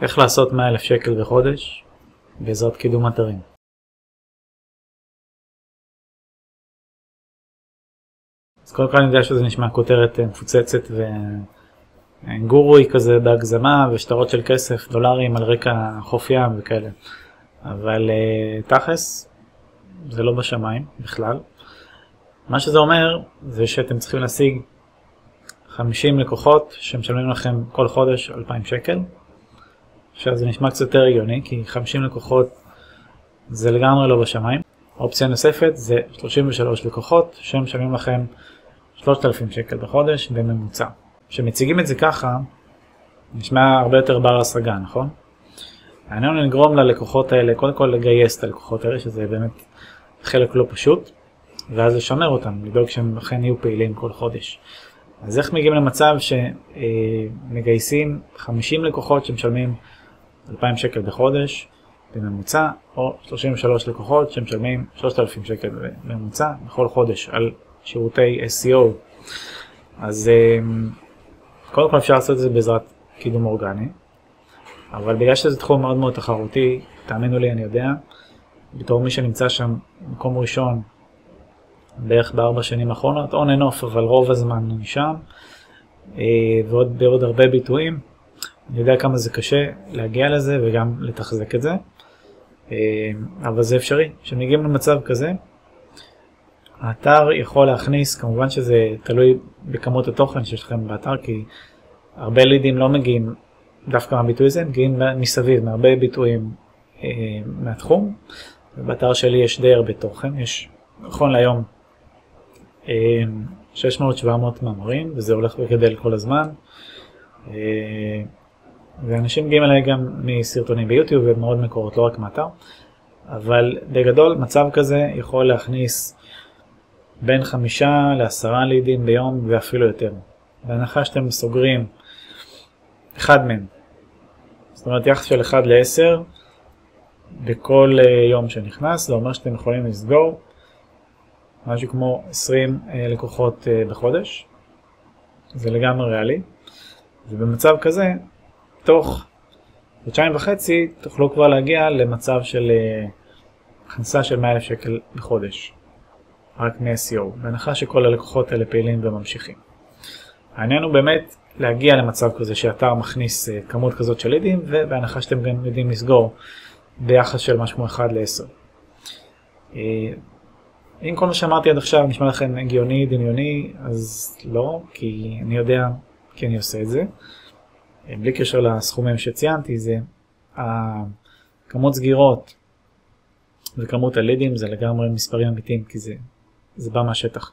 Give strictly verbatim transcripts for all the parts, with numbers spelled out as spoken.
איך לעשות מאה אלף שקל בחודש בעזרת קידום אתרים. אז קודם כל אני יודע שזה נשמע כותרת מפוצצת וגורוי כזה בהגזמה ושטרות של כסף, דולרים על רקע חוף ים וכאלה. אבל תכלס זה לא בשמיים בכלל. מה שזה אומר זה שאתם צריכים להשיג חמישים לקוחות שמשלמים לכם כל חודש אלפיים שקל. עכשיו זה נשמע קצת יותר הגיוני כי חמישים לקוחות זה לגמרי לא בשמיים. אופציה נוספת זה שלושים ושלושה לקוחות שמשלמים לכם שלושת אלפים שקל בחודש בממוצע. כשמציגים את זה ככה נשמע הרבה יותר בר השגה, נכון? העניין הוא לגרום ללקוחות האלה, קודם כל לגייס את הלקוחות האלה שזה באמת חלק לא פשוט, ואז לשמר אותם, לדאוג שהם אכן יהיו פעילים כל חודש. אז איך מגיעים למצב שמגייסים חמישים לקוחות שמשלמים אלפיים שקל בחודש בממוצע, או שלושים ושלושה לקוחות שמשלמים שלושת אלפים שקל בממוצע בכל חודש על שירותי אס אי או. אז קודם כל אפשר לעשות את זה בעזרת קידום אורגני, אבל בגלל שזה תחום מאוד מאוד תחרותי, תאמינו לי, אני יודע, בתור מי שנמצא שם מקום ראשון בערך בארבע שנים האחרונות, on and off, אבל רוב הזמן אני שם, ועוד בעוד הרבה ביטויים, אני יודע כמה זה קשה להגיע לזה וגם לתחזק את זה, אבל זה אפשרי. כשמגיעים למצב כזה, האתר יכול להכניס, כמובן שזה תלוי בכמות התוכן שיש לכם באתר, כי הרבה לידים לא מגיעים דווקא מהביטוי הזה, מגיעים מסביב, מהרבה ביטויים אה, מהתחום. ובאתר שלי יש די הרבה תוכן, יש נכון להיום אה, שש מאות שבע מאות מאמרים, וזה הולך וגדל כל הזמן. אה, ואנשים מגיעים אליי גם מסרטונים ביוטיוב ומאוד מקורות, לא רק מאתר. אבל בגדול מצב כזה יכול להכניס בין חמישה לעשרה לידים ביום ואפילו יותר. בהנחה שאתם סוגרים אחד מהם. זאת אומרת יחס של אחד לעשר בכל יום שנכנס, זה אומר שאתם יכולים לסגור משהו כמו עשרים לקוחות בחודש. זה לגמרי ריאלי. ובמצב כזה, תוך חודשיים וחצי תוכלו כבר להגיע למצב של הכנסה של מאה אלף שקל בחודש. רק מ-אס אי או, בהנחה שכל הלקוחות האלה פעילים וממשיכים. העניין הוא באמת להגיע למצב כזה שאתר מכניס כמות כזאת של לידים, ובהנחה שאתם גם יודעים לסגור ביחס של משהו כמו אחד לעשר. אם כל מה שאמרתי עד עכשיו נשמע לכם הגיוני, דמיוני, אז לא, כי אני יודע, כי אני עושה את זה. בלי קשר לסכומים שציינתי, זה הכמות סגירות וכמות הלידים זה לגמרי מספרים אמיתיים, כי זה, זה בא מהשטח.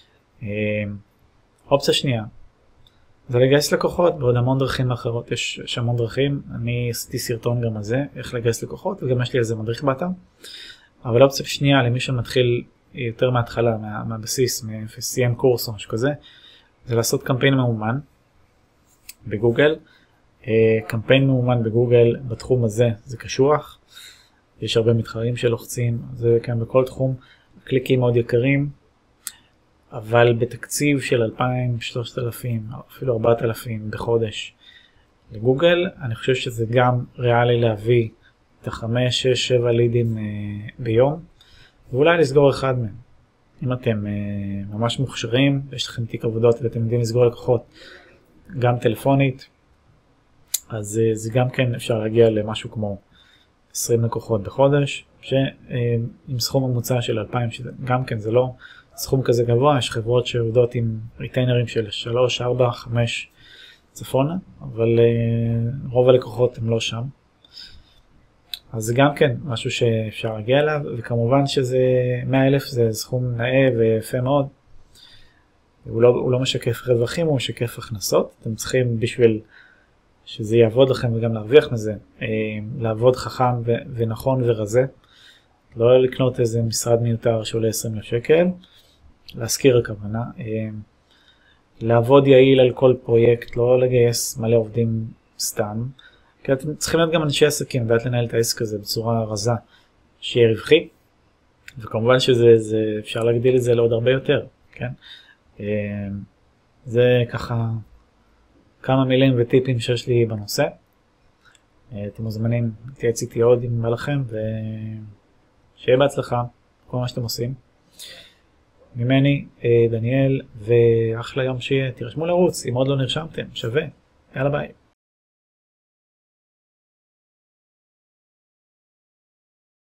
אופציה שנייה, זה לגייס לקוחות בעוד המון דרכים אחרות, יש, יש המון דרכים, אני עשיתי סרטון גם על זה, איך לגייס לקוחות, וגם יש לי איזה מדריך באתר. אבל אופציה שנייה, למי שמתחיל יותר מההתחלה, מה, מהבסיס, מ-סיים קורס או משהו כזה, זה לעשות קמפיין מאומן בגוגל. קמפיין מאומן בגוגל בתחום הזה זה קשוח, יש הרבה מתחרים שלוחצים, זה כאן בכל תחום, קליקים מאוד יקרים, אבל בתקציב של אלפיים, שלושת אלפים, אפילו ארבעת אלפים בחודש לגוגל, אני חושב שזה גם ריאלי להביא את החמש, שש, שבע לידים ביום, ואולי לסגור אחד מהם. אם אתם ממש מוכשרים, יש לכם תיק עבודות ואתם יודעים לסגור לקוחות גם טלפונית, אז זה גם כן אפשר להגיע למשהו כמו עשרים לקוחות בחודש, שעם סכום ממוצע של אלפיים, גם כן זה לא סכום כזה גבוה, יש חברות שעובדות עם ריטיינרים של שלוש, ארבע, חמש צפונה, אבל רוב הלקוחות הם לא שם. אז זה גם כן משהו שאפשר להגיע אליו, וכמובן שזה מאה אלף זה סכום נאה ויפה מאוד. הוא לא, הוא לא משקף רווחים, הוא משקף הכנסות. אתם צריכים בשביל שזה יעבוד לכם וגם להרוויח מזה, לעבוד חכם ונכון ורזה. לא לקנות איזה משרד מיותר שעולה עשרים אלף שקל, להזכיר הכוונה. לעבוד יעיל על כל פרויקט, לא לגייס מלא עובדים סתם. כי אתם צריכים להיות גם אנשי עסקים, ואת לנהל את העסק הזה בצורה רזה, שיהיה רווחי. וכמובן שזה זה, אפשר להגדיל את זה לעוד הרבה יותר, כן? זה ככה כמה מילים וטיפים שיש לי בנושא. אתם מוזמנים להתייעץ איתי עוד אם בא לכם, ושיהיה בהצלחה כל מה שאתם עושים. ממני דניאל, ואחלה יום שיהיה. תירשמו לערוץ אם עוד לא נרשמתם, שווה. יאללה ביי.